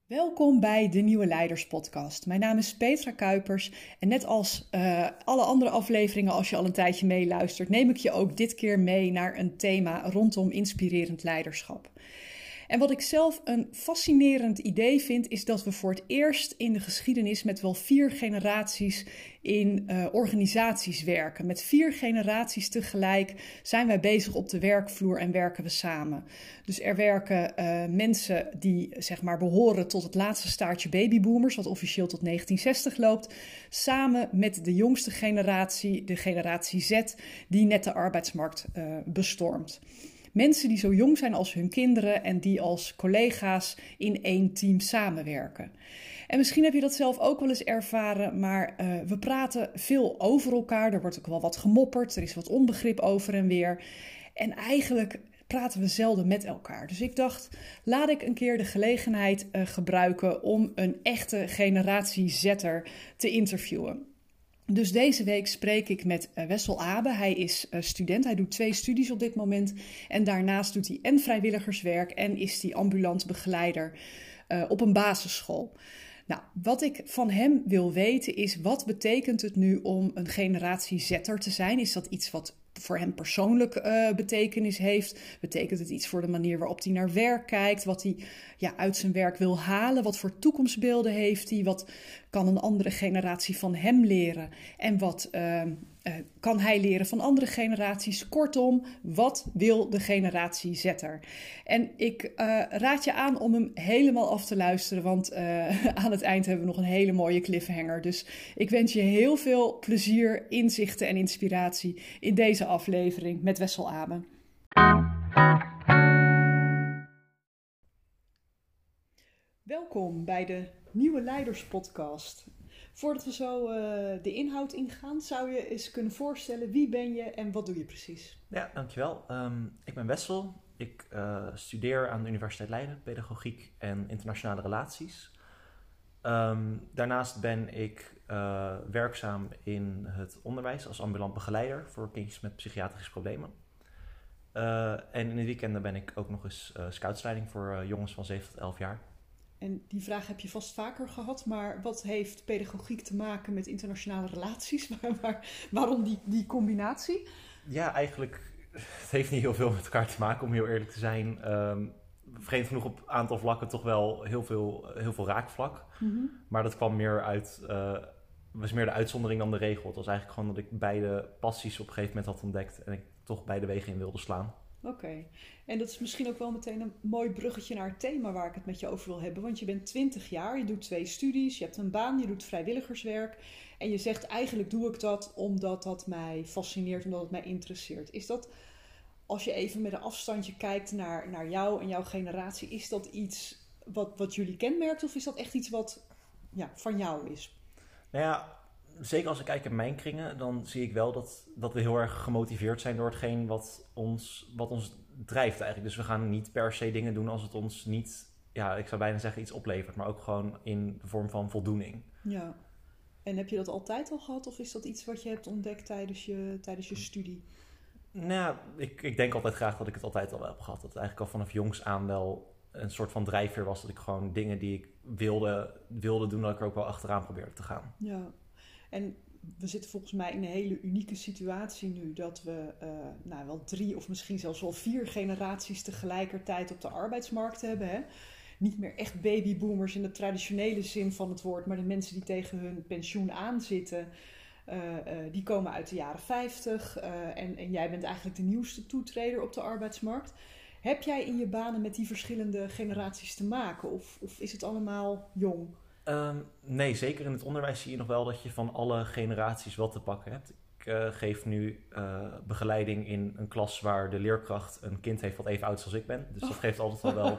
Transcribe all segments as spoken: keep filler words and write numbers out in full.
Welkom bij de Nieuwe Leiders podcast. Mijn naam is Petra Kuipers en net als uh, alle andere afleveringen, als je al een tijdje meeluistert, neem ik je ook dit keer mee naar een thema rondom inspirerend leiderschap. En wat ik zelf een fascinerend idee vind, is dat we voor het eerst in de geschiedenis met wel vier generaties in uh, organisaties werken. Met vier generaties tegelijk zijn wij bezig op de werkvloer en werken we samen. Dus er werken uh, mensen die zeg maar behoren tot het laatste staartje babyboomers, wat officieel tot negentien zestig loopt, samen met de jongste generatie, de generatie Z, die net de arbeidsmarkt uh, bestormt. Mensen die zo jong zijn als hun kinderen en die als collega's in één team samenwerken. En misschien heb je dat zelf ook wel eens ervaren, maar uh, we praten veel over elkaar. Er wordt ook wel wat gemopperd, er is wat onbegrip over en weer. En eigenlijk praten we zelden met elkaar. Dus ik dacht, laat ik een keer de gelegenheid uh, gebruiken om een echte generatiezetter te interviewen. Dus deze week spreek ik met Wessel Abe. Hij is student, hij doet twee studies op dit moment. En daarnaast doet hij en vrijwilligerswerk en is hij ambulant begeleider uh, op een basisschool. Nou, wat ik van hem wil weten is, wat betekent het nu om een generatiezetter te zijn? Is dat iets wat voor hem persoonlijk uh, betekenis heeft? Betekent het iets voor de manier waarop hij naar werk kijkt? Wat hij ja, uit zijn werk wil halen? Wat voor toekomstbeelden heeft hij? Wat kan een andere generatie van hem leren? En wat uh, uh, kan hij leren van andere generaties? Kortom, wat wil de generatiezetter? En ik uh, raad je aan om hem helemaal af te luisteren, want uh, aan het eind hebben we nog een hele mooie cliffhanger. Dus ik wens je heel veel plezier, inzichten en inspiratie in deze aflevering met Wessel Abe. Welkom bij de Nieuwe Leiders podcast. Voordat we zo uh, de inhoud ingaan, zou je eens kunnen voorstellen, wie ben je en wat doe je precies? Ja, dankjewel. Um, ik ben Wessel. Ik uh, studeer aan de Universiteit Leiden, pedagogiek en internationale relaties. Um, daarnaast ben ik uh, werkzaam in het onderwijs als ambulant begeleider voor kindjes met psychiatrische problemen. Uh, en in de weekenden ben ik ook nog eens uh, scoutsleiding voor uh, jongens van zeven tot elf jaar. En die vraag heb je vast vaker gehad, maar wat heeft pedagogiek te maken met internationale relaties? Waar, waar, waarom die, die combinatie? Ja, eigenlijk, het heeft niet heel veel met elkaar te maken, om heel eerlijk te zijn. Um, vreemd genoeg op een aantal vlakken toch wel heel veel, heel veel raakvlak. Mm-hmm. Maar dat kwam meer uit, uh, was meer de uitzondering dan de regel. Het was eigenlijk gewoon dat ik beide passies op een gegeven moment had ontdekt en ik toch beide wegen in wilde slaan. Oké, okay. En dat is misschien ook wel meteen een mooi bruggetje naar het thema waar ik het met je over wil hebben. Want je bent twintig jaar, je doet twee studies, je hebt een baan, je doet vrijwilligerswerk. En je zegt, eigenlijk doe ik dat omdat dat mij fascineert, omdat het mij interesseert. Is dat, als je even met een afstandje kijkt naar, naar jou en jouw generatie, is dat iets wat, wat jullie kenmerkt of is dat echt iets wat ja, van jou is? Nou ja, zeker als ik kijk in mijn kringen, dan zie ik wel dat, dat we heel erg gemotiveerd zijn door hetgeen wat ons, wat ons drijft eigenlijk. Dus we gaan niet per se dingen doen als het ons niet, ja, ik zou bijna zeggen iets oplevert, maar ook gewoon in de vorm van voldoening. Ja. En heb je dat altijd al gehad of is dat iets wat je hebt ontdekt tijdens je, tijdens je studie? Nou, ik, ik denk altijd graag dat ik het altijd al wel heb gehad. Dat het eigenlijk al vanaf jongs aan wel een soort van drijfveer was. Dat ik gewoon dingen die ik wilde, wilde doen, dat ik er ook wel achteraan probeerde te gaan. Ja, en we zitten volgens mij in een hele unieke situatie nu. Dat we uh, nou, wel drie of misschien zelfs wel vier generaties tegelijkertijd op de arbeidsmarkt hebben. Hè? Niet meer echt babyboomers in de traditionele zin van het woord. Maar de mensen die tegen hun pensioen aanzitten. Uh, uh, die komen uit de jaren vijftig. Uh, en, en jij bent eigenlijk de nieuwste toetreder op de arbeidsmarkt. Heb jij in je banen met die verschillende generaties te maken? Of, of is het allemaal jong? Um, nee, zeker in het onderwijs zie je nog wel dat je van alle generaties wat te pakken hebt. Ik uh, geef nu uh, begeleiding in een klas waar de leerkracht een kind heeft wat even oud is als ik ben. Dus dat geeft altijd al wel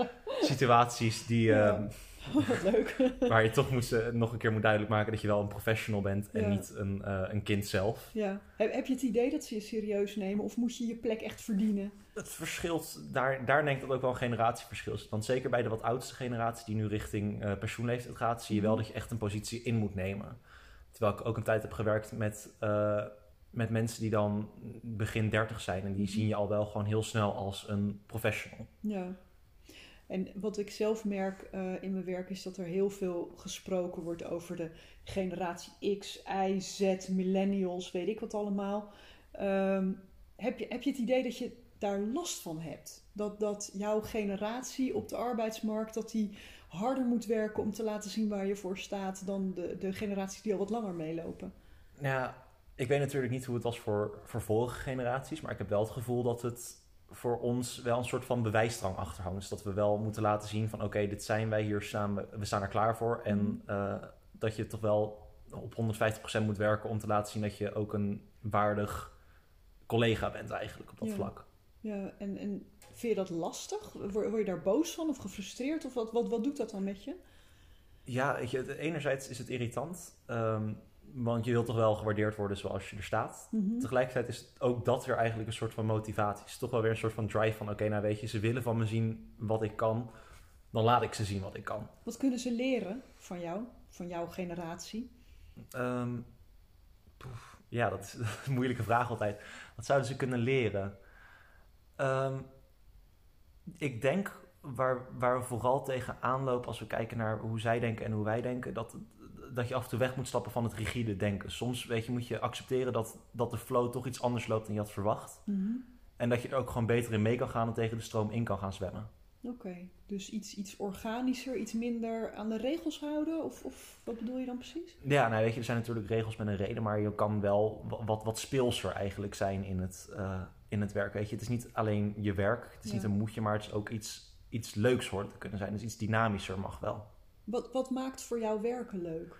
situaties die, uh, ja. Wat leuk. waar je toch moet, uh, nog een keer moet duidelijk maken dat je wel een professional bent en ja. niet een, uh, een kind zelf. Ja. Heb, heb je het idee dat ze je serieus nemen of moet je je plek echt verdienen? Het verschilt, daar, daar denk ik dat ook wel een generatieverschil is. Want zeker bij de wat oudste generatie die nu richting uh, pensioenleeftijd gaat, zie je wel dat je echt een positie in moet nemen. Terwijl ik ook een tijd heb gewerkt met, uh, met mensen die dan begin dertig zijn en die zien je al wel gewoon heel snel als een professional. Ja. En wat ik zelf merk uh, in mijn werk is dat er heel veel gesproken wordt over de generatie X, Y, Z, millennials, weet ik wat allemaal. Um, heb je, heb je het idee dat je daar last van hebt? Dat, dat jouw generatie op de arbeidsmarkt, dat die harder moet werken om te laten zien waar je voor staat dan de, de generaties die al wat langer meelopen? Ja, ik weet natuurlijk niet hoe het was voor, voor vorige generaties, maar ik heb wel het gevoel dat het voor ons wel een soort van bewijsdrang achterhangt. Dus dat we wel moeten laten zien van oké, okay, dit zijn wij, hier staan we, we staan er klaar voor. En uh, dat je toch wel op honderdvijftig procent moet werken om te laten zien dat je ook een waardig collega bent eigenlijk op dat ja. vlak. Ja, en, en vind je dat lastig? Word, word je daar boos van of gefrustreerd? Of wat, wat, wat doet dat dan met je? Ja, weet je, enerzijds is het irritant. Um, want je wilt toch wel gewaardeerd worden zoals je er staat. Mm-hmm. Tegelijkertijd is ook dat weer eigenlijk een soort van motivatie. Het is toch wel weer een soort van drive van oké, okay, nou weet je, ze willen van me zien wat ik kan. Dan laat ik ze zien wat ik kan. Wat kunnen ze leren van jou? Van jouw generatie? Um, poef, ja, dat is een moeilijke vraag altijd. Wat zouden ze kunnen leren? Um, ik denk waar, waar we vooral tegen aanlopen als we kijken naar hoe zij denken en hoe wij denken, dat, dat je af en toe weg moet stappen van het rigide denken. Soms weet je, moet je accepteren dat, dat de flow toch iets anders loopt dan je had verwacht. Mm-hmm. En dat je er ook gewoon beter in mee kan gaan en tegen de stroom in kan gaan zwemmen. Oké, okay, dus iets, iets organischer, iets minder aan de regels houden? Of, of wat bedoel je dan precies? Ja, nou weet je, er zijn natuurlijk regels met een reden, maar je kan wel wat, wat speelser eigenlijk zijn in het, uh, in het werk. Weet je, het is niet alleen je werk, het is ja. niet een moedje, maar het is ook iets, iets leuks hoort te kunnen zijn. Dus iets dynamischer mag wel. Wat, wat maakt voor jou werken leuk?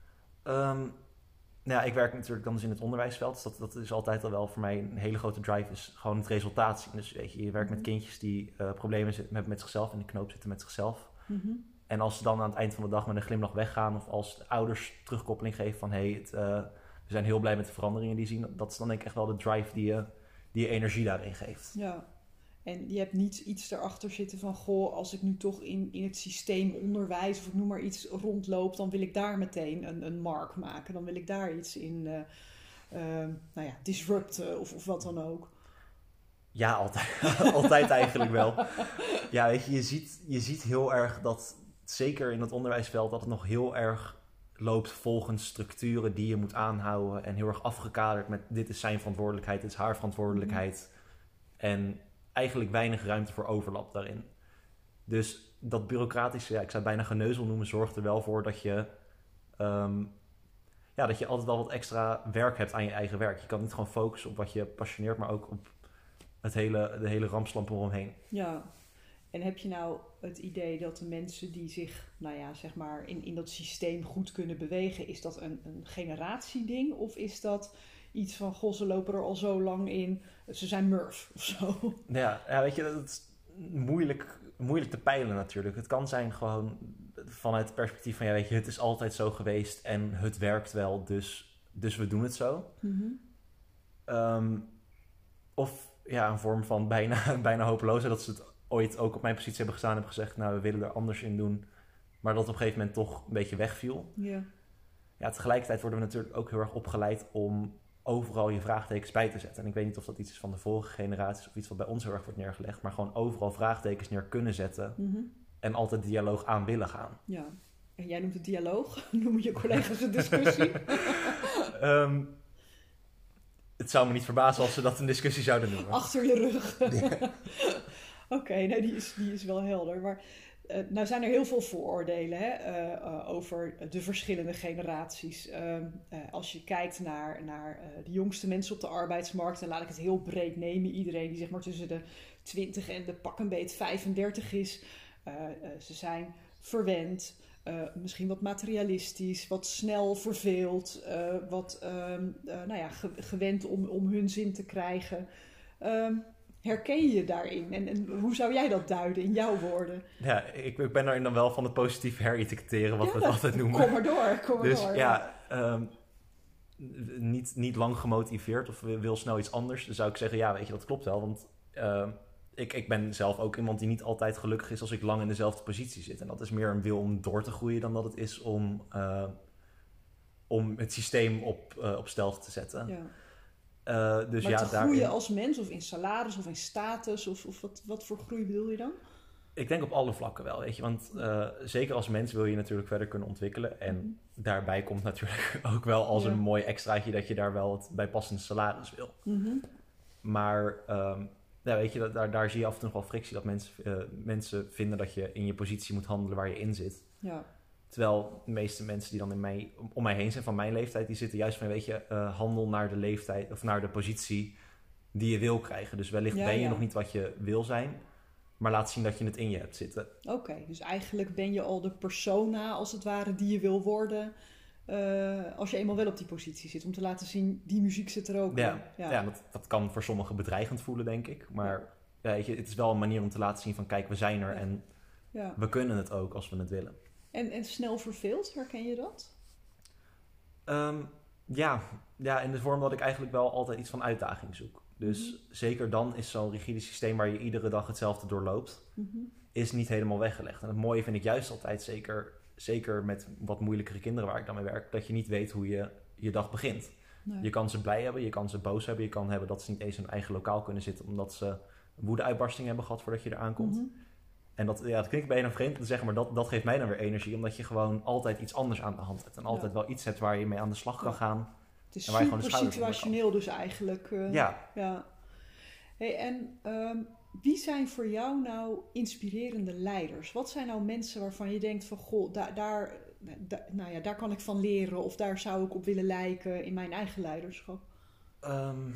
Um, nou ja, ik werk natuurlijk dan dus in het onderwijsveld. Dus dat, dat is altijd al wel voor mij een hele grote drive, is gewoon het resultaat zien. Dus weet je, je werkt met kindjes die uh, problemen hebben met, met zichzelf en de knoop zitten met zichzelf. Mm-hmm. En als ze dan aan het eind van de dag met een glimlach weggaan, of als de ouders terugkoppeling geven van hé, hey, uh, we zijn heel blij met de veranderingen die zien. Dat is dan denk ik echt wel de drive die je, die je energie daarin geeft. Ja. En je hebt niet iets erachter zitten van, goh, als ik nu toch in, in het systeem onderwijs of ik noem maar iets rondloop, dan wil ik daar meteen een, een mark maken. Dan wil ik daar iets in, uh, uh, nou ja, disrupten of, of wat dan ook. Ja, altijd, altijd eigenlijk wel. Ja, weet je, je ziet, je ziet heel erg dat, zeker in het onderwijsveld, dat het nog heel erg loopt volgens structuren die je moet aanhouden en heel erg afgekaderd met dit is zijn verantwoordelijkheid, dit is haar verantwoordelijkheid. Mm. En eigenlijk weinig ruimte voor overlap daarin. Dus dat bureaucratische, ja, ik zou het bijna geneuzel noemen, zorgt er wel voor dat je, um, ja, dat je altijd wel wat extra werk hebt aan je eigen werk. Je kan niet gewoon focussen op wat je passioneert, maar ook op het hele, de hele rampslamp eromheen. Ja, en heb je nou het idee dat de mensen die zich, nou ja, zeg maar in, in dat systeem goed kunnen bewegen, is dat een, een generatieding of is dat iets van, goh, ze lopen er al zo lang in, ze zijn Murph of zo? Ja, ja, weet je, dat is moeilijk, moeilijk te peilen natuurlijk. Het kan zijn gewoon vanuit het perspectief van, ja, weet je, het is altijd zo geweest en het werkt wel, dus, dus we doen het zo. Mm-hmm. Um, of ja, een vorm van bijna, bijna hopeloosheid, dat ze het ooit ook op mijn positie hebben gestaan en hebben gezegd, nou, we willen er anders in doen, maar dat op een gegeven moment toch een beetje wegviel. Yeah. Ja, tegelijkertijd worden we natuurlijk ook heel erg opgeleid om overal je vraagtekens bij te zetten. En ik weet niet of dat iets is van de vorige generaties of iets wat bij ons heel erg wordt neergelegd, maar gewoon overal vraagtekens neer kunnen zetten mm-hmm. en altijd dialoog aan willen gaan. Ja, en jij noemt het dialoog, noemen je collega's een discussie? um, het zou me niet verbazen als ze dat een discussie zouden noemen. Achter je rug. Yeah. Oké, okay, nou die is, die is wel helder, maar Uh, nou zijn er heel veel vooroordelen hè, uh, uh, over de verschillende generaties. Uh, uh, als je kijkt naar, naar uh, de jongste mensen op de arbeidsmarkt, dan laat ik het heel breed nemen. Iedereen die zeg maar tussen de twintig en de pak een beet vijfendertig is. Uh, uh, ze zijn verwend, uh, misschien wat materialistisch, wat snel verveeld, uh, wat uh, uh, nou ja, ge- gewend om, om hun zin te krijgen. Uh, Herken je je daarin? En, en hoe zou jij dat duiden in jouw woorden? Ja, ik, ik ben daarin dan wel van het positief heretiketteren, wat ja, we het altijd noemen. Kom maar door, kom maar dus, door. Ja, ja um, niet, niet lang gemotiveerd of wil snel iets anders. Dan zou ik zeggen, ja, weet je, dat klopt wel. Want uh, ik, ik ben zelf ook iemand die niet altijd gelukkig is als ik lang in dezelfde positie zit. En dat is meer een wil om door te groeien dan dat het is om, uh, om het systeem op, uh, op stealth te zetten. Ja. Uh, dus maar ja, te daarin... groeien als mens of in salaris of in status of, of wat, wat voor groei bedoel je dan? Ik denk op alle vlakken wel, weet je. Want uh, zeker als mens wil je natuurlijk verder kunnen ontwikkelen. En mm-hmm. daarbij komt natuurlijk ook wel als ja. een mooi extraatje dat je daar wel het bijpassende salaris wil. Mm-hmm. Maar um, ja, weet je, daar, daar zie je af en toe nog wel frictie. Dat mensen, uh, mensen vinden dat je in je positie moet handelen waar je in zit. Ja. Terwijl de meeste mensen die dan in mij, om mij heen zijn van mijn leeftijd, die zitten juist van, weet je, uh, handel naar de leeftijd of naar de positie die je wil krijgen. Dus wellicht ja, ben je ja. nog niet wat je wil zijn, maar laat zien dat je het in je hebt zitten. Oké, okay, dus eigenlijk ben je al de persona, als het ware, die je wil worden, uh, als je eenmaal wel op die positie zit. Om te laten zien, die muziek zit er ook ja, in. Ja, ja dat, dat kan voor sommigen bedreigend voelen, denk ik. Maar ja. Ja, weet je, het is wel een manier om te laten zien van, kijk, we zijn er ja. en ja. we kunnen het ook als we het willen. En, en snel verveeld, herken je dat? Um, ja. ja, in de vorm dat ik eigenlijk wel altijd iets van uitdaging zoek. Dus mm-hmm. zeker dan is zo'n rigide systeem waar je iedere dag hetzelfde doorloopt, mm-hmm. is niet helemaal weggelegd. En het mooie vind ik juist altijd, zeker, zeker met wat moeilijkere kinderen waar ik dan mee werk, dat je niet weet hoe je je dag begint. Nee. Je kan ze blij hebben, je kan ze boos hebben, je kan hebben dat ze niet eens in hun eigen lokaal kunnen zitten omdat ze een woede-uitbarsting hebben gehad voordat je er aankomt. Mm-hmm. En dat, ja, dat klinkt bijna vreemd te zeggen, maar dat, dat geeft mij dan weer energie. Omdat je gewoon altijd iets anders aan de hand hebt. En altijd ja. wel iets hebt waar je mee aan de slag kan ja. gaan. Het is super situationeel dus eigenlijk. Uh, ja. ja. Hey, en um, wie zijn voor jou nou inspirerende leiders? Wat zijn nou mensen waarvan je denkt van, goh, daar, daar, daar, nou ja, daar kan ik van leren. Of daar zou ik op willen lijken in mijn eigen leiderschap? Um,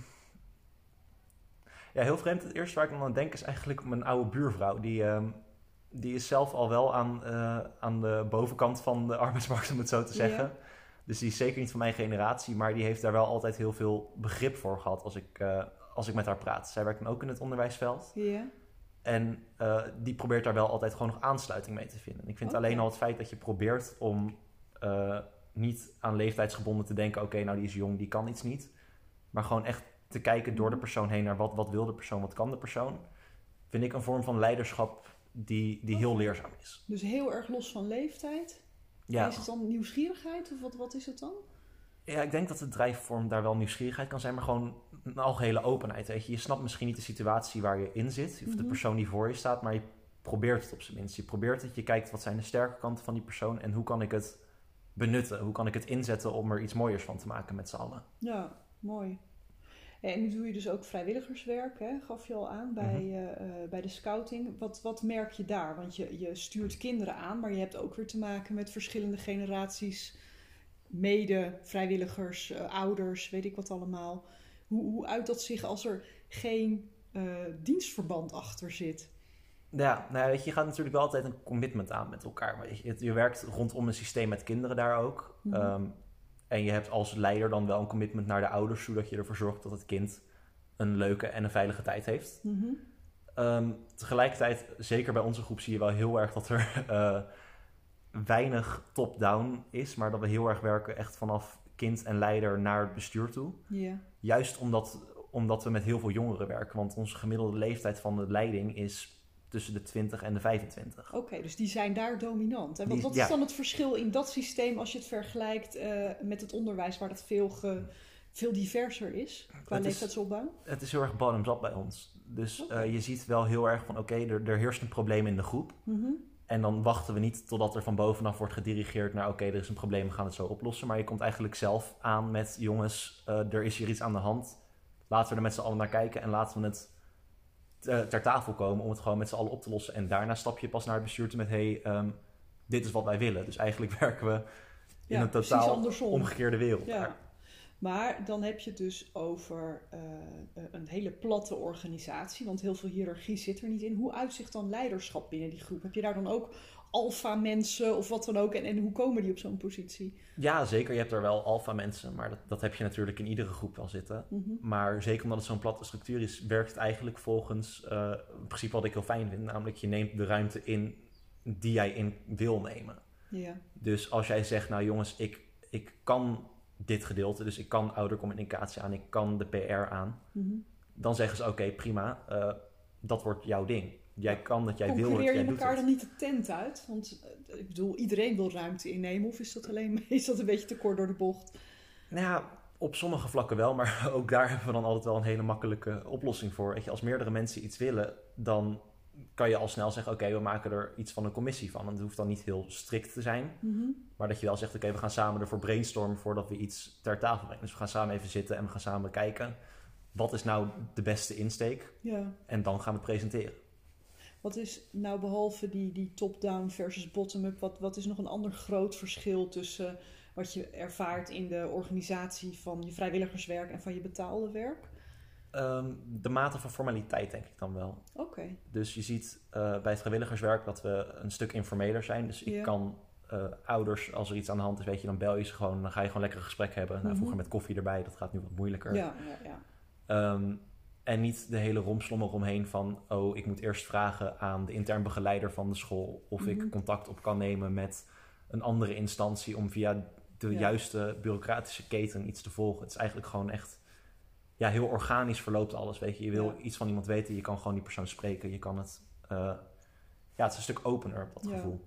ja, heel vreemd. Het eerste waar ik dan aan denk is eigenlijk mijn oude buurvrouw. Die... Um, Die is zelf al wel aan, uh, aan de bovenkant van de arbeidsmarkt, om het zo te zeggen. Ja. Dus die is zeker niet van mijn generatie, maar die heeft daar wel altijd heel veel begrip voor gehad als ik, uh, als ik met haar praat. Zij werkt dan ook in het onderwijsveld. Ja. En uh, die probeert daar wel altijd gewoon nog aansluiting mee te vinden. Ik vind okay. alleen al het feit dat je probeert om uh, niet aan leeftijdsgebonden te denken, oké, okay, nou die is jong, die kan iets niet. Maar gewoon echt te kijken door de persoon heen naar wat, wat wil de persoon, wat kan de persoon. Vind ik een vorm van leiderschap die, die heel leerzaam is. Dus heel erg los van leeftijd? Ja. Is het dan nieuwsgierigheid of wat, wat is het dan? Ja, ik denk dat de drijfvorm daar wel nieuwsgierigheid kan zijn, maar gewoon een algehele openheid. Weet je. je snapt misschien niet de situatie waar je in zit, of mm-hmm. de persoon die voor je staat, maar je probeert het op zijn minst. Je probeert het, je kijkt wat zijn de sterke kanten van die persoon en hoe kan ik het benutten? Hoe kan ik het inzetten om er iets mooiers van te maken met z'n allen? Ja, mooi. En nu doe je dus ook vrijwilligerswerk, hè? Gaf je al aan, bij, mm-hmm. uh, bij de scouting. Wat, wat merk je daar? Want je, je stuurt kinderen aan, maar je hebt ook weer te maken met verschillende generaties, mede-vrijwilligers, uh, ouders, weet ik wat allemaal. Hoe, hoe uit dat zich als er geen uh, dienstverband achter zit? Ja, nou ja, weet je, je gaat natuurlijk wel altijd een commitment aan met elkaar. Maar je, je werkt rondom een systeem met kinderen daar ook. Mm-hmm. Um, En je hebt als leider dan wel een commitment naar de ouders, zodat je ervoor zorgt dat het kind een leuke en een veilige tijd heeft. Mm-hmm. Um, tegelijkertijd, zeker bij onze groep, zie je wel heel erg dat er uh, weinig top-down is, maar dat we heel erg werken echt vanaf kind en leider naar het bestuur toe. Yeah. Juist omdat, omdat we met heel veel jongeren werken, want onze gemiddelde leeftijd van de leiding is tussen de twintig en de vijfentwintig. Oké, okay, dus die zijn daar dominant. En wat, wat is ja. dan het verschil in dat systeem als je het vergelijkt uh, met het onderwijs waar dat veel, ge, veel diverser is qua het leeftijdsopbouw? Is, het is heel erg bottoms-up bij ons. Dus okay. uh, je ziet wel heel erg van oké, okay, er, er heerst een probleem in de groep. Mm-hmm. En dan wachten we niet totdat er van bovenaf wordt gedirigeerd naar oké, okay, er is een probleem, we gaan het zo oplossen. Maar je komt eigenlijk zelf aan met jongens, uh, er is hier iets aan de hand. Laten we er met z'n allen naar kijken en laten we het ter tafel komen om het gewoon met z'n allen op te lossen. En daarna stap je pas naar het bestuur toe met hey, um, dit is wat wij willen. Dus eigenlijk werken we in ja, een totaal omgekeerde wereld. Ja. Maar dan heb je het dus over uh, een hele platte organisatie, want heel veel hiërarchie zit er niet in. Hoe uitzicht dan leiderschap binnen die groep? Heb je daar dan ook alfa mensen of wat dan ook? En, en hoe komen die op zo'n positie? Ja, zeker. Je hebt er wel alfa mensen, maar dat, dat heb je natuurlijk in iedere groep wel zitten. Mm-hmm. Maar zeker omdat het zo'n platte structuur is, werkt het eigenlijk volgens uh, in principe wat ik heel fijn vind. Namelijk je neemt de ruimte in die jij in wil nemen. Yeah. Dus als jij zegt, nou jongens, ik, ik kan dit gedeelte, dus ik kan oudercommunicatie aan, ik kan de P R aan. Mm-hmm. Dan zeggen ze, oké, okay, prima, uh, dat wordt jouw ding. Jij kan dat, jij wil het, jij doet het. Concurreer je elkaar dan niet de tent uit? Want uh, ik bedoel, iedereen wil ruimte innemen. Of is dat alleen is dat een beetje te kort door de bocht? Nou ja, op sommige vlakken wel. Maar ook daar hebben we dan altijd wel een hele makkelijke oplossing voor. Weet je, als meerdere mensen iets willen, dan kan je al snel zeggen, oké, okay, we maken er iets van een commissie van. En het hoeft dan niet heel strikt te zijn. Mm-hmm. Maar dat je wel zegt, oké, okay, we gaan samen ervoor brainstormen voordat we iets ter tafel brengen. Dus we gaan samen even zitten en we gaan samen kijken, wat is nou de beste insteek? Ja. En dan gaan we het presenteren. Wat is nou behalve die, die top-down versus bottom-up, wat, wat is nog een ander groot verschil tussen wat je ervaart in de organisatie van je vrijwilligerswerk en van je betaalde werk? Um, de mate van formaliteit denk ik dan wel. Oké. Okay. Dus je ziet uh, bij het vrijwilligerswerk dat we een stuk informeler zijn. Dus ik ja. kan uh, ouders, als er iets aan de hand is, weet je, dan bel je ze gewoon. Dan ga je gewoon lekker een gesprek hebben. Mm-hmm. Nou, vroeger met koffie erbij, dat gaat nu wat moeilijker. Ja, ja, ja. Um, en niet de hele romslommer omheen van, oh, ik moet eerst vragen aan de intern begeleider van de school of mm-hmm. ik contact op kan nemen met een andere instantie om via de ja. juiste bureaucratische keten iets te volgen. Het is eigenlijk gewoon echt, ja, heel organisch verloopt alles, weet je. Je wil ja. iets van iemand weten, je kan gewoon die persoon spreken, je kan het, uh, ja, het is een stuk opener, dat ja. gevoel.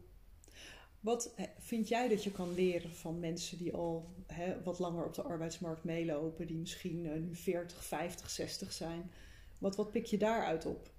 Wat vind jij dat je kan leren van mensen die al hè, wat langer op de arbeidsmarkt meelopen, die misschien uh, nu veertig, vijftig, zestig zijn? Wat, wat pik je daaruit op?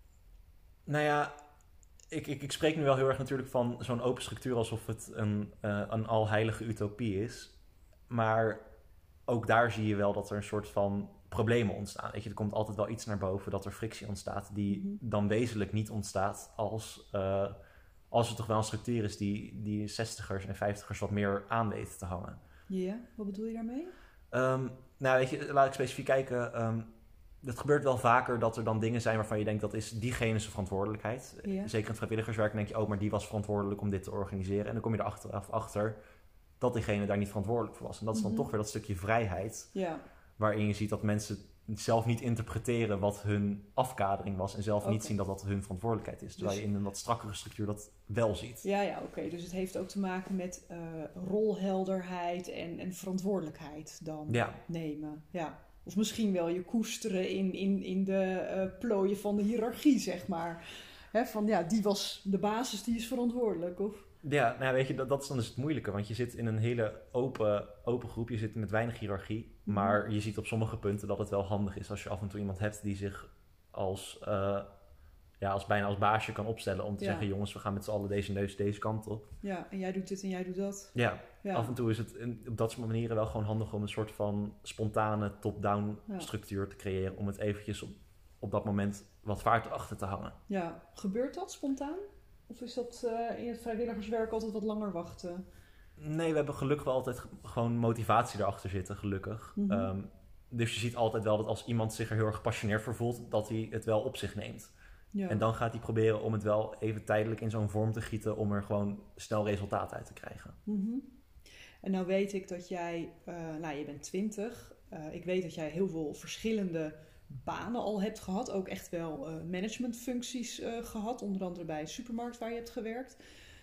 Nou ja, ik, ik, ik spreek nu wel heel erg natuurlijk van zo'n open structuur alsof het een, uh, een alheilige utopie is. Maar ook daar zie je wel dat er een soort van problemen ontstaan. Weet je, er komt altijd wel iets naar boven, dat er frictie ontstaat die mm-hmm. dan wezenlijk niet ontstaat als... Uh, Als er toch wel een structuur is die, die zestigers en vijftigers wat meer aan weten te hangen. Ja, yeah. Wat bedoel je daarmee? Um, nou, weet je, laat ik specifiek kijken. Um, het gebeurt wel vaker dat er dan dingen zijn waarvan je denkt dat is diegene zijn verantwoordelijkheid. Yeah. Zeker in het vrijwilligerswerk denk je, oh, maar die was verantwoordelijk om dit te organiseren. En dan kom je er achteraf achter dat diegene daar niet verantwoordelijk voor was. En dat is dan mm-hmm. toch weer dat stukje vrijheid. Yeah. Waarin je ziet dat mensen zelf niet interpreteren wat hun afkadering was en zelf okay. niet zien dat dat hun verantwoordelijkheid is. Terwijl dus, je in een wat strakkere structuur dat wel ziet. Ja, ja, oké. Okay. Dus het heeft ook te maken met uh, rolhelderheid en, en verantwoordelijkheid dan ja. nemen. Ja. Of misschien wel je koesteren in, in, in de uh, plooien van de hiërarchie, zeg maar. Hè, van ja, die was de basis, die is verantwoordelijk, of... Ja, nou weet je, dat, dat is dan dus het moeilijke. Want je zit in een hele open, open groep. Je zit met weinig hiërarchie. Mm-hmm. Maar je ziet op sommige punten dat het wel handig is als je af en toe iemand hebt die zich als, uh, ja, als bijna als baasje kan opstellen. Om te ja. zeggen, jongens, we gaan met z'n allen deze neus deze kant op. Ja, en jij doet dit en jij doet dat. Ja, ja. Af en toe is het in, op dat soort manieren wel gewoon handig om een soort van spontane top-down ja. structuur te creëren. Om het eventjes op, op dat moment wat vaart achter te hangen. Ja, gebeurt dat spontaan? Of is dat uh, in het vrijwilligerswerk altijd wat langer wachten? Nee, we hebben gelukkig wel altijd gewoon motivatie erachter zitten, gelukkig. Mm-hmm. Um, dus je ziet altijd wel dat als iemand zich er heel erg gepassioneerd voor voelt, dat hij het wel op zich neemt. Ja. En dan gaat hij proberen om het wel even tijdelijk in zo'n vorm te gieten om er gewoon snel resultaat uit te krijgen. Mm-hmm. En nou weet ik dat jij, uh, nou je bent twintig, uh, ik weet dat jij heel veel verschillende banen al hebt gehad, ook echt wel uh, managementfuncties uh, gehad, onder andere bij een supermarkt waar je hebt gewerkt.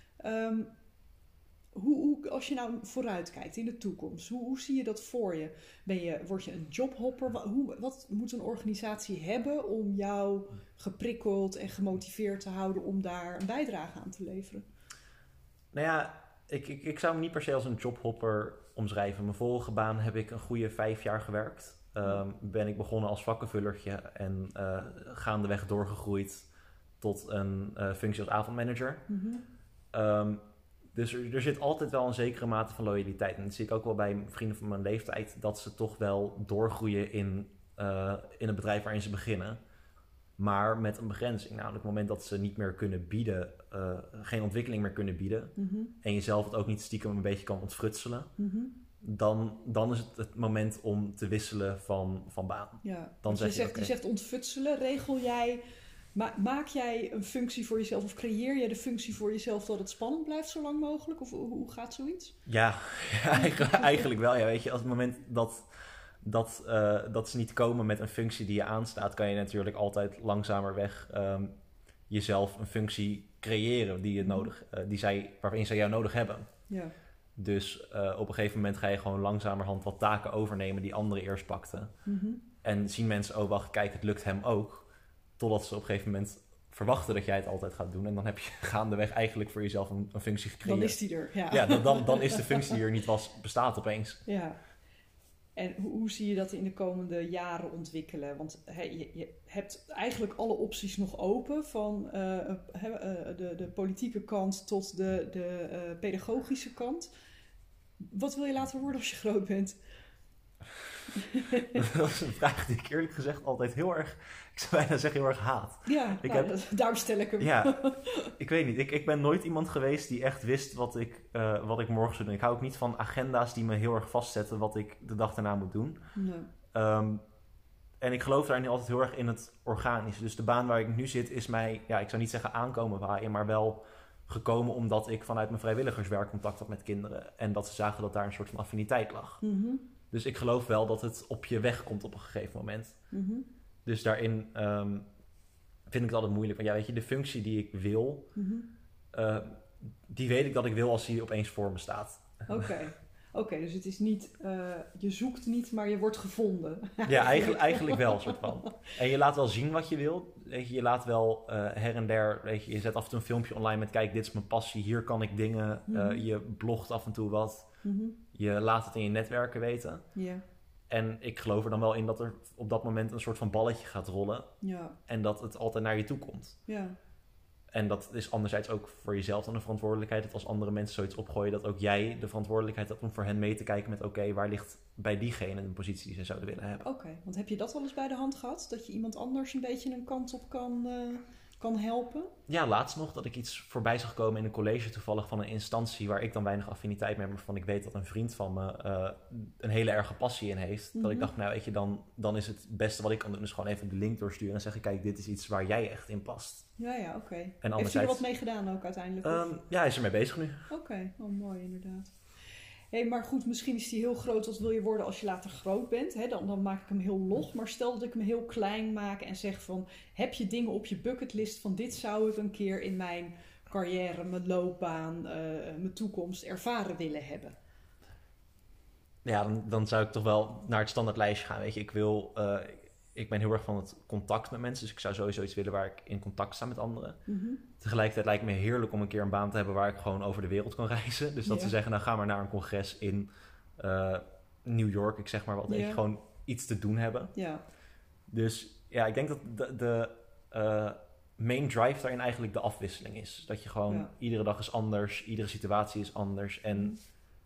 Um, hoe, hoe, als je nou vooruit kijkt in de toekomst, hoe, hoe zie je dat voor je? Ben je? Word je een jobhopper? Wat, hoe, wat moet een organisatie hebben om jou geprikkeld en gemotiveerd te houden om daar een bijdrage aan te leveren? Nou ja, ik, ik, ik zou me niet per se als een jobhopper omschrijven. Mijn vorige baan heb ik een goede vijf jaar gewerkt. Um, ben ik begonnen als vakkenvullertje en uh, gaandeweg doorgegroeid tot een uh, functie als avondmanager. Mm-hmm. Um, dus er, er zit altijd wel een zekere mate van loyaliteit. En dat zie ik ook wel bij vrienden van mijn leeftijd, dat ze toch wel doorgroeien in, uh, in het bedrijf waarin ze beginnen. Maar met een begrenzing. Nou, op het moment dat ze niet meer kunnen bieden, uh, geen ontwikkeling meer kunnen bieden, mm-hmm. en jezelf het ook niet stiekem een beetje kan ontfrutselen, mm-hmm. Dan, dan is het het moment om te wisselen van, van baan. Ja, dan zeg je, zegt, je, okay. je zegt ontfutselen. Regel jij, ma- maak jij een functie voor jezelf of creëer jij de functie voor jezelf dat het spannend blijft zo lang mogelijk? Of hoe, hoe gaat zoiets? Ja, ja eigenlijk, eigenlijk wel. Ja, weet je, als het moment dat, dat, uh, dat ze niet komen met een functie die je aanstaat, kan je natuurlijk altijd langzamer weg um, jezelf een functie creëren die je nodig, uh, die zij, waarin zij jou nodig hebben. Ja. Dus uh, op een gegeven moment ga je gewoon langzamerhand wat taken overnemen die anderen eerst pakten. Mm-hmm. En zien mensen, oh wacht, kijk, het lukt hem ook. Totdat ze op een gegeven moment verwachten dat jij het altijd gaat doen. En dan heb je gaandeweg eigenlijk voor jezelf een, een functie gecreëerd. Dan is die er, ja. Ja, dan, dan, dan is de functie die er niet was, bestaat opeens. Ja. En hoe, hoe zie je dat in de komende jaren ontwikkelen? Want he, je, je hebt eigenlijk alle opties nog open, van uh, he, uh, de, de politieke kant tot de, de uh, pedagogische kant. Wat wil je later worden als je groot bent? Dat is een vraag die ik eerlijk gezegd altijd heel erg, ik zou bijna zeggen heel erg haat. Ja, ik nou, heb, daarom stel ik hem. Ja, ik weet niet. Ik, ik ben nooit iemand geweest die echt wist wat ik, uh, wat ik morgen zou doen. Ik hou ook niet van agenda's die me heel erg vastzetten wat ik de dag daarna moet doen. Nee. Um, en ik geloof daar nu altijd heel erg in het organische. Dus de baan waar ik nu zit is mij, ja, ik zou niet zeggen aankomen waaien, maar wel gekomen omdat ik vanuit mijn vrijwilligerswerk contact had met kinderen. En dat ze zagen dat daar een soort van affiniteit lag. Mm-hmm. Dus ik geloof wel dat het op je weg komt op een gegeven moment. Mm-hmm. Dus daarin um, vind ik het altijd moeilijk. Want ja, weet je, de functie die ik wil, mm-hmm. uh, die weet ik dat ik wil als die opeens voor me staat. Oké, okay. okay, dus het is niet, uh, je zoekt niet, maar je wordt gevonden. Ja, eigenlijk, eigenlijk wel, soort van. En je laat wel zien wat je wil. Weet je, je laat wel uh, her en der, weet je, je zet af en toe een filmpje online met, kijk, dit is mijn passie, hier kan ik dingen. Mm-hmm. Uh, je blogt af en toe wat. Mm-hmm. Je laat het in je netwerken weten. Yeah. En ik geloof er dan wel in dat er op dat moment een soort van balletje gaat rollen. Ja. En dat het altijd naar je toe komt. Ja. En dat is anderzijds ook voor jezelf dan een verantwoordelijkheid. Dat als andere mensen zoiets opgooien, dat ook jij de verantwoordelijkheid hebt om voor hen mee te kijken met, oké, okay, waar ligt bij diegene een positie die ze zouden willen hebben. Oké, okay, want heb je dat al eens bij de hand gehad? Dat je iemand anders een beetje een kant op kan, uh, kan helpen? Ja, laatst nog dat ik iets voorbij zag komen in een college toevallig van een instantie waar ik dan weinig affiniteit mee heb, maar van ik weet dat een vriend van me uh, een hele erge passie in heeft. Mm-hmm. Dat ik dacht, nou weet je, dan, dan is het beste wat ik kan doen is gewoon even de link doorsturen en zeggen, kijk, dit is iets waar jij echt in past. Ja, ja, oké. Okay. Heeft hij er wat mee gedaan ook uiteindelijk? Um, ja, hij is ermee bezig nu. Oké, okay. Oh, mooi inderdaad. Hey, maar goed, misschien is die heel groot. Wat wil je worden als je later groot bent? Hè? Dan, dan maak ik hem heel log. Maar stel dat ik hem heel klein maak en zeg van, heb je dingen op je bucketlist van dit zou ik een keer in mijn carrière, mijn loopbaan, uh, mijn toekomst ervaren willen hebben? Ja, dan, dan zou ik toch wel naar het standaardlijstje gaan. Weet je, ik wil, uh, ik ben heel erg van het contact met mensen. Dus ik zou sowieso iets willen waar ik in contact sta met anderen. Mm-hmm. Tegelijkertijd lijkt het me heerlijk om een keer een baan te hebben waar ik gewoon over de wereld kan reizen. Dus dat ja. ze zeggen, nou ga maar naar een congres in uh, New York, ik zeg maar wat. Ja. Dat je gewoon iets te doen hebben. Ja. Dus ja, ik denk dat de, de uh, main drive daarin eigenlijk de afwisseling is. Dat je gewoon, ja. iedere dag is anders, iedere situatie is anders. En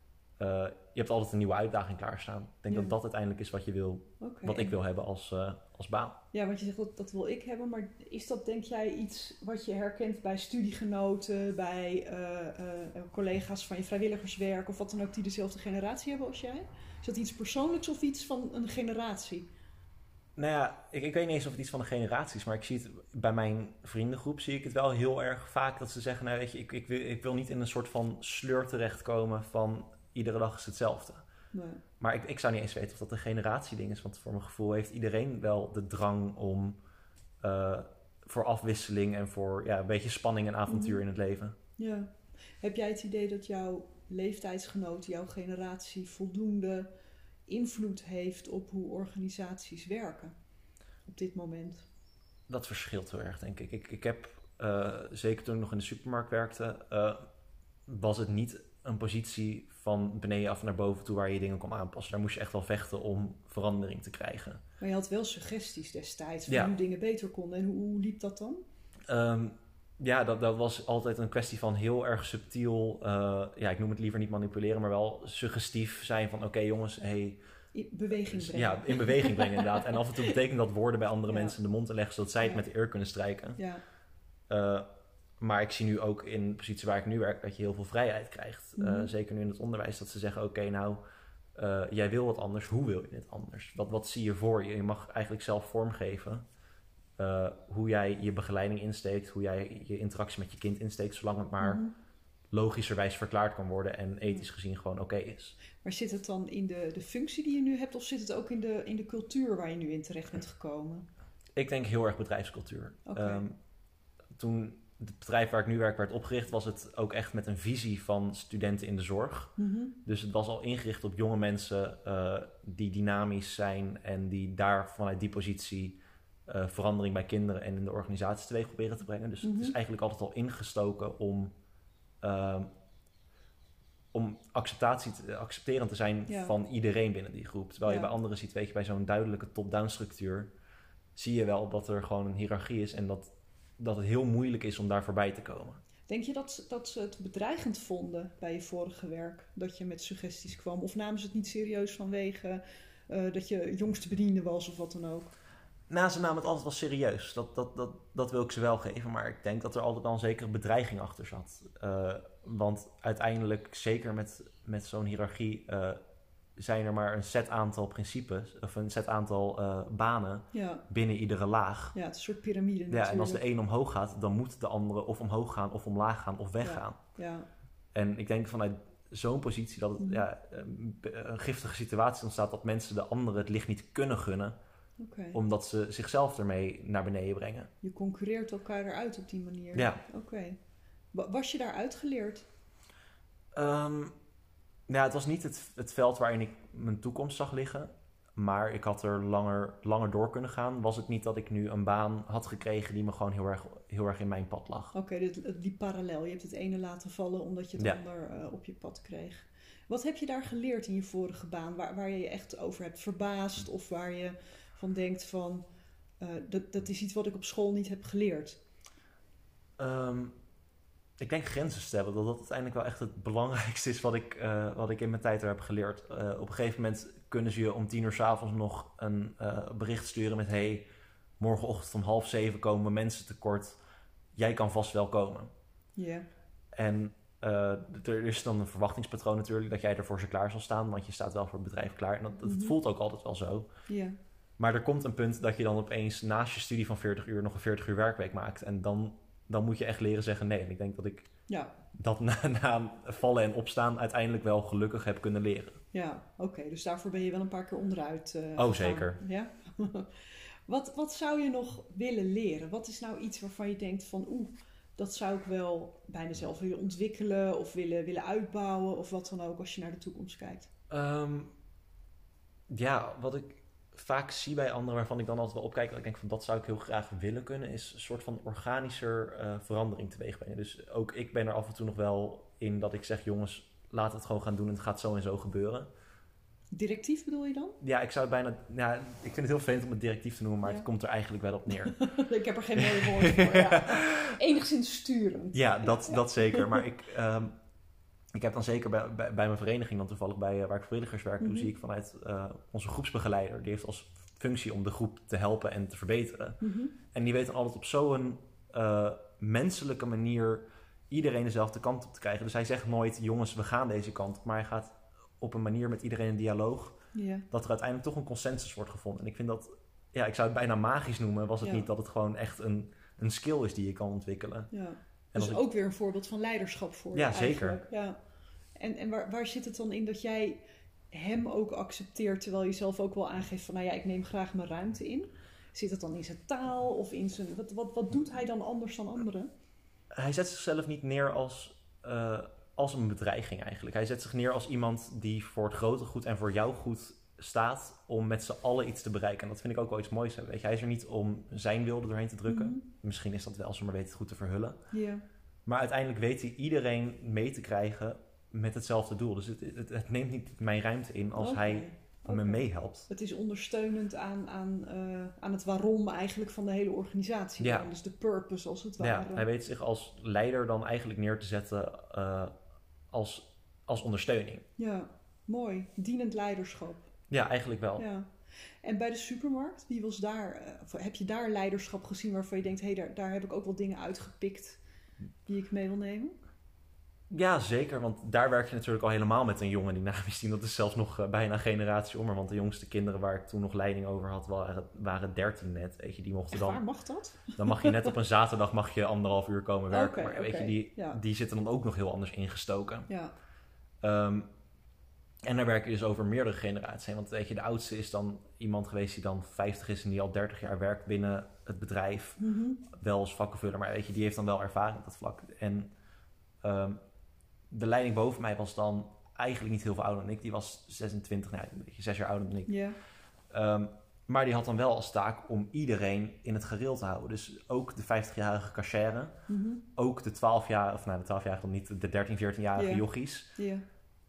uh, je hebt altijd een nieuwe uitdaging klaarstaan. Ik denk ja. dat dat uiteindelijk is wat je wil, okay. wat ik wil hebben als, uh, als baan. Ja, want je zegt dat, dat wil ik hebben, maar is dat denk jij iets wat je herkent bij studiegenoten, bij uh, uh, collega's van je vrijwilligerswerk of wat dan ook die dezelfde generatie hebben als jij? Is dat iets persoonlijks of iets van een generatie? Nou ja, ik, ik weet niet eens of het iets van de generaties is, maar ik zie het bij mijn vriendengroep zie ik het wel heel erg vaak dat ze zeggen, nou weet je, ik, ik, wil, ik wil niet in een soort van sleur terechtkomen van iedere dag is hetzelfde. Nee. Maar ik, ik zou niet eens weten of dat een generatieding is, want voor mijn gevoel heeft iedereen wel de drang om uh, voor afwisseling en voor ja, een beetje spanning en avontuur mm-hmm. in het leven. Ja. Heb jij het idee dat jouw leeftijdsgenoten, jouw generatie voldoende invloed heeft op hoe organisaties werken op dit moment? Dat verschilt heel erg, denk ik. Ik, ik heb, uh, zeker toen ik nog in de supermarkt werkte, uh, was het niet een positie van beneden af naar boven toe waar je dingen kon aanpassen. Daar moest je echt wel vechten om verandering te krijgen. Maar je had wel suggesties destijds van ja. hoe dingen beter konden. En hoe, hoe liep dat dan? Um, ja, dat, dat was altijd een kwestie van heel erg subtiel, uh, ja, ik noem het liever niet manipuleren, maar wel suggestief zijn van oké okay, jongens, hey, in beweging brengen. Ja, in beweging brengen inderdaad. En af en toe betekent dat woorden bij andere ja. mensen in de mond te leggen, zodat zij het ja. met de eer kunnen strijken. Ja. Uh, maar ik zie nu ook in de positie waar ik nu werk, dat je heel veel vrijheid krijgt. Mm-hmm. Uh, zeker nu in het onderwijs, dat ze zeggen, oké, okay, nou, uh, jij wil wat anders, hoe wil je dit anders? Wat, wat zie je voor je? Je mag eigenlijk zelf vormgeven uh, hoe jij je begeleiding insteekt, hoe jij je interactie met je kind insteekt, zolang het maar mm-hmm. logischerwijs verklaard kan worden en ethisch gezien gewoon oké okay is. Maar zit het dan in de, de functie die je nu hebt of zit het ook in de, in de cultuur waar je nu in terecht bent gekomen? Ik denk heel erg bedrijfscultuur. Okay. Um, toen het bedrijf waar ik nu werk werd opgericht, was het ook echt met een visie van studenten in de zorg. Mm-hmm. Dus het was al ingericht op jonge mensen uh, die dynamisch zijn en die daar vanuit die positie uh, verandering bij kinderen en in de organisatie teweeg proberen te brengen. Dus mm-hmm. het is eigenlijk altijd al ingestoken om, uh, om acceptatie te, accepterend te zijn Ja. van iedereen binnen die groep. Terwijl je Ja. bij anderen ziet, weet je, bij zo'n duidelijke top-down structuur zie je wel dat er gewoon een hiërarchie is en dat, dat het heel moeilijk is om daar voorbij te komen. Denk je dat, dat ze het bedreigend vonden bij je vorige werk? Dat je met suggesties kwam? Of namen ze het niet serieus vanwege uh, dat je jongste bediende was of wat dan ook? Nou, ze namen het altijd wel serieus. Dat, dat, dat, dat wil ik ze wel geven. Maar ik denk dat er altijd wel een zekere bedreiging achter zat. Uh, want uiteindelijk, zeker met, met zo'n hiërarchie, uh, zijn er maar een set aantal principes, of een set aantal uh, banen ja. binnen iedere laag. Ja, het is een soort piramide natuurlijk. Ja, en als de een omhoog gaat, dan moet de andere of omhoog gaan, of omlaag gaan, of weggaan. Ja. Ja. En ik denk vanuit zo'n positie dat het mm. ja, een, een giftige situatie ontstaat dat mensen de anderen het licht niet kunnen gunnen. Okay. Omdat ze zichzelf ermee naar beneden brengen. Je concurreert elkaar eruit op die manier. Ja. Oké. Okay. Was je daar uitgeleerd? Um, ja, het was niet het, het veld waarin ik mijn toekomst zag liggen. Maar ik had er langer, langer door kunnen gaan. Was het niet dat ik nu een baan had gekregen die me gewoon heel erg, heel erg in mijn pad lag. Oké, okay, die, die parallel. Je hebt het ene laten vallen omdat je het ja. ander uh, op je pad kreeg. Wat heb je daar geleerd in je vorige baan? Waar, waar je je echt over hebt verbaasd? Of waar je van denkt van... Uh, dat, dat is iets wat ik op school niet heb geleerd. Um, ik denk grenzen stellen. Dat dat uiteindelijk wel echt het belangrijkste is wat ik, uh, wat ik in mijn tijd er heb geleerd. Uh, op een gegeven moment kunnen ze je om tien uur 's avonds nog een uh, bericht sturen met... hey, morgenochtend om half zeven komen mensen tekort. Jij kan vast wel komen. Ja. Yeah. En uh, er is dan een verwachtingspatroon natuurlijk dat jij er voor ze klaar zal staan. Want je staat wel voor het bedrijf klaar. En dat, dat mm-hmm. voelt ook altijd wel zo. Ja. Yeah. Maar er komt een punt dat je dan opeens naast je studie van veertig uur nog een veertig uur werkweek maakt. En dan, dan moet je echt leren zeggen nee. En ik denk dat ik ja. dat na, na vallen en opstaan uiteindelijk wel gelukkig heb kunnen leren. Ja, oké. Okay. Dus daarvoor ben je wel een paar keer onderuit uh, Oh, gegaan. zeker. Ja? wat, wat zou je nog willen leren? Wat is nou iets waarvan je denkt van... oeh, dat zou ik wel bij mezelf willen ontwikkelen... of willen, willen uitbouwen of wat dan ook als je naar de toekomst kijkt? Um, ja, wat ik vaak zie bij anderen waarvan ik dan altijd wel opkijk... dat ik denk van dat zou ik heel graag willen kunnen... is een soort van organischer uh, verandering teweeg brengen. Dus ook ik ben er af en toe nog wel in dat ik zeg... jongens, laten we het gewoon gaan doen en het gaat zo en zo gebeuren. Directief bedoel je dan? Ja, ik zou het bijna... Ja, ik vind het heel vervelend om het directief te noemen... maar ja. het komt er eigenlijk wel op neer. Ik heb er geen mooie woord voor, ja. Enigszins sturend. Ja, dat, ja. dat zeker. Maar ik... Um, Ik heb dan zeker bij, bij, bij mijn vereniging dan toevallig bij uh, waar ik vrijwilligers werk, mm-hmm. zie ik vanuit uh, onze groepsbegeleider. Die heeft als functie om de groep te helpen en te verbeteren. Mm-hmm. En die weet dan altijd op zo'n uh, menselijke manier iedereen dezelfde kant op te krijgen. Dus hij zegt nooit, jongens, we gaan deze kant op. Maar hij gaat op een manier met iedereen in dialoog. Yeah. Dat er uiteindelijk toch een consensus wordt gevonden. En ik vind dat, ja, ik zou het bijna magisch noemen. Was het ja. niet dat het gewoon echt een, een skill is die je kan ontwikkelen. Ja. En dus ik... ook weer een voorbeeld van leiderschap voor je. Ja, eigenlijk. zeker. Ja. En, en waar, waar zit het dan in dat jij hem ook accepteert... terwijl je zelf ook wel aangeeft van... nou ja, ik neem graag mijn ruimte in. Zit het dan in zijn taal of in zijn... Wat, wat, wat doet hij dan anders dan anderen? Hij zet zichzelf niet neer als, uh, als een bedreiging eigenlijk. Hij zet zich neer als iemand die voor het grote goed en voor jouw goed staat... om met z'n allen iets te bereiken. En dat vind ik ook wel iets moois. Weet je? Hij is er niet om zijn wil er doorheen te drukken. Mm-hmm. Misschien is dat wel zo, maar weet het goed te verhullen. Yeah. Maar uiteindelijk weet hij iedereen mee te krijgen... met hetzelfde doel. Dus het, het, het neemt niet mijn ruimte in als okay. hij okay. me meehelpt. Het is ondersteunend aan, aan, uh, aan het waarom eigenlijk van de hele organisatie. Ja. Dus de purpose als het ware. Ja, hij weet zich als leider dan eigenlijk neer te zetten uh, als, als ondersteuning. Ja, mooi. Dienend leiderschap. Ja, eigenlijk wel. Ja. En bij de supermarkt, wie was daar? Uh, heb je daar leiderschap gezien waarvan je denkt... hé, hey, daar, daar heb ik ook wel dingen uitgepikt die ik mee wil nemen? Ja, zeker. Want daar werk je natuurlijk al helemaal met een jonge dynamisch team. Dat is zelfs nog uh, bijna een generatie om. Want de jongste kinderen waar ik toen nog leiding over had, waren, waren dertien net. Weet je, die mochten Echt dan. Waar mag dat? Dan mag je net op een zaterdag mag je anderhalf uur komen werken. Okay, maar weet okay. je, die, ja. die zitten dan ook nog heel anders ingestoken. Ja. Um, en daar werk je dus over meerdere generaties heen. Want weet je, de oudste is dan iemand geweest die dan vijftig is en die al dertig jaar werkt binnen het bedrijf. Mm-hmm. Wel als vakkenvuller, maar weet je, die heeft dan wel ervaring op dat vlak. En um, de leiding boven mij was dan eigenlijk niet heel veel ouder dan ik. Die was zesentwintig, nou, een beetje zes jaar ouder dan ik. Yeah. Um, maar die had dan wel als taak om iedereen in het gareel te houden. Dus ook de vijftigjarige cachère. Mm-hmm. Ook de twaalf jaar, of nou de twaalf jaar dan niet, de dertien, veertienjarige yeah. jochies. Yeah.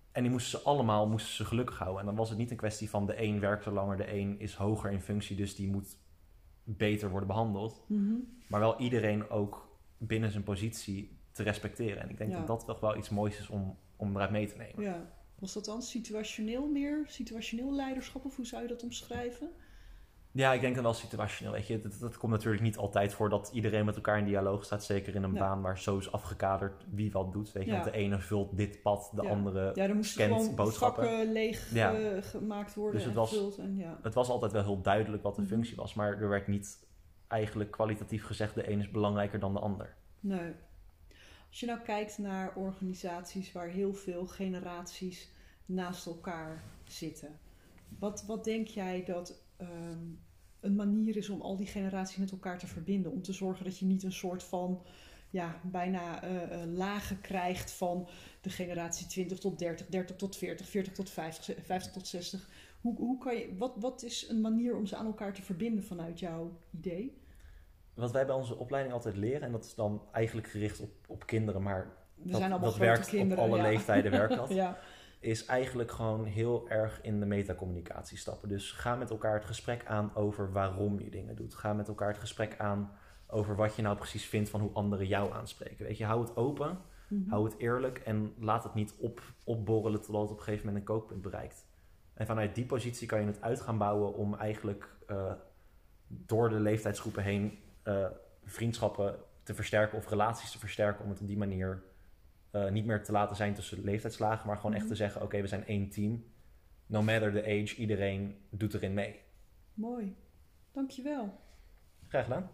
En die moesten ze allemaal moesten ze gelukkig houden. En dan was het niet een kwestie van de een werkt er langer, de een is hoger in functie, dus die moet beter worden behandeld. Mm-hmm. Maar wel iedereen ook binnen zijn positie te respecteren. En ik denk ja. dat dat toch wel iets moois is om, om eruit mee te nemen. Ja. Was dat dan situationeel meer? Situationeel leiderschap, of hoe zou je dat omschrijven? Ja, ik denk dan wel situationeel. Weet je, dat, dat komt natuurlijk niet altijd voor dat iedereen met elkaar in dialoog staat. Zeker in een ja. baan waar zo is afgekaderd wie wat doet. Weet je, ja. Want de ene vult dit pad, de ja. andere ja, er moesten scant gewoon boodschappen. vakken leeg ja. uh, gemaakt worden dus het en was, gevuld. En, ja. Het was altijd wel heel duidelijk wat de mm-hmm. functie was. Maar er werd niet eigenlijk kwalitatief gezegd de een is belangrijker dan de ander. Nee. Als je nou kijkt naar organisaties waar heel veel generaties naast elkaar zitten. Wat, wat denk jij dat um, een manier is om al die generaties met elkaar te verbinden? Om te zorgen dat je niet een soort van ja, bijna uh, uh, lagen krijgt van de generatie twintig tot dertig, dertig tot veertig, veertig tot vijftig, vijftig tot zestig. Hoe, hoe kan je, wat, wat is een manier om ze aan elkaar te verbinden vanuit jouw idee? Wat wij bij onze opleiding altijd leren, en dat is dan eigenlijk gericht op, op kinderen, maar We dat, zijn allemaal dat werkt kinderen, op alle ja. leeftijden werkt dat. ja. Is eigenlijk gewoon heel erg in de metacommunicatie stappen. Dus ga met elkaar het gesprek aan over waarom je dingen doet. Ga met elkaar het gesprek aan over wat je nou precies vindt van hoe anderen jou aanspreken. Weet je, hou het open, mm-hmm. hou het eerlijk en laat het niet op, opborrelen totdat het op een gegeven moment een kookpunt bereikt. En vanuit die positie kan je het uit gaan bouwen om eigenlijk uh, door de leeftijdsgroepen heen uh, vriendschappen te versterken of relaties te versterken om het op die manier Uh, niet meer te laten zijn tussen leeftijdslagen, maar gewoon mm-hmm. echt te zeggen, oké, okay, we zijn één team. No matter the age, iedereen doet erin mee. Mooi. Dankjewel. Graag gedaan.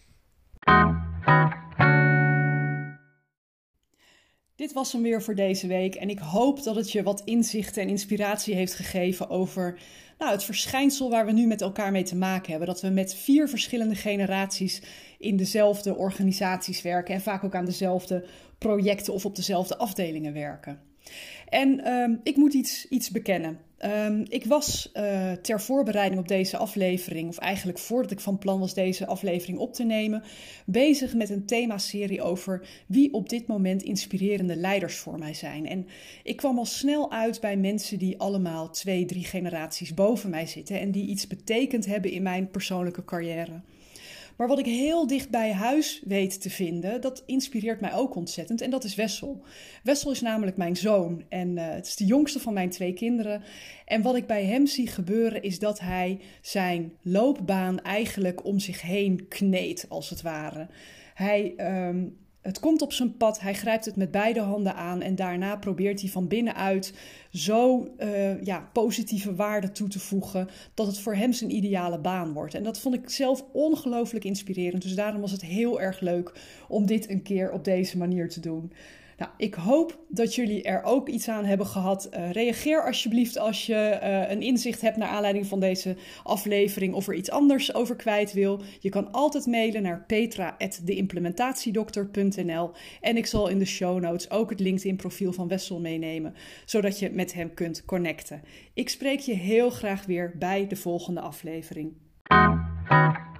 Dit was hem weer voor deze week en ik hoop dat het je wat inzichten en inspiratie heeft gegeven over nou, het verschijnsel waar we nu met elkaar mee te maken hebben. Dat we met vier verschillende generaties in dezelfde organisaties werken en vaak ook aan dezelfde projecten of op dezelfde afdelingen werken. En um, ik moet iets, iets bekennen. Um, ik was uh, ter voorbereiding op deze aflevering, of eigenlijk voordat ik van plan was deze aflevering op te nemen, bezig met een themaserie over wie op dit moment inspirerende leiders voor mij zijn. En ik kwam al snel uit bij mensen die allemaal twee, drie generaties boven mij zitten en die iets betekend hebben in mijn persoonlijke carrière. Maar wat ik heel dicht bij huis weet te vinden, dat inspireert mij ook ontzettend. En dat is Wessel. Wessel is namelijk mijn zoon. En uh, het is de jongste van mijn twee kinderen. En wat ik bij hem zie gebeuren is dat hij zijn loopbaan eigenlijk om zich heen kneedt, als het ware. Hij... Um, Het komt op zijn pad, hij grijpt het met beide handen aan en daarna probeert hij van binnenuit zo uh, ja, positieve waarden toe te voegen dat het voor hem zijn ideale baan wordt. En dat vond ik zelf ongelooflijk inspirerend, dus daarom was het heel erg leuk om dit een keer op deze manier te doen. Nou, ik hoop dat jullie er ook iets aan hebben gehad. Uh, reageer alsjeblieft als je uh, een inzicht hebt naar aanleiding van deze aflevering of er iets anders over kwijt wil. Je kan altijd mailen naar petra at de implementatiedokter punt n l en ik zal in de show notes ook het LinkedIn profiel van Wessel meenemen, zodat je met hem kunt connecten. Ik spreek je heel graag weer bij de volgende aflevering.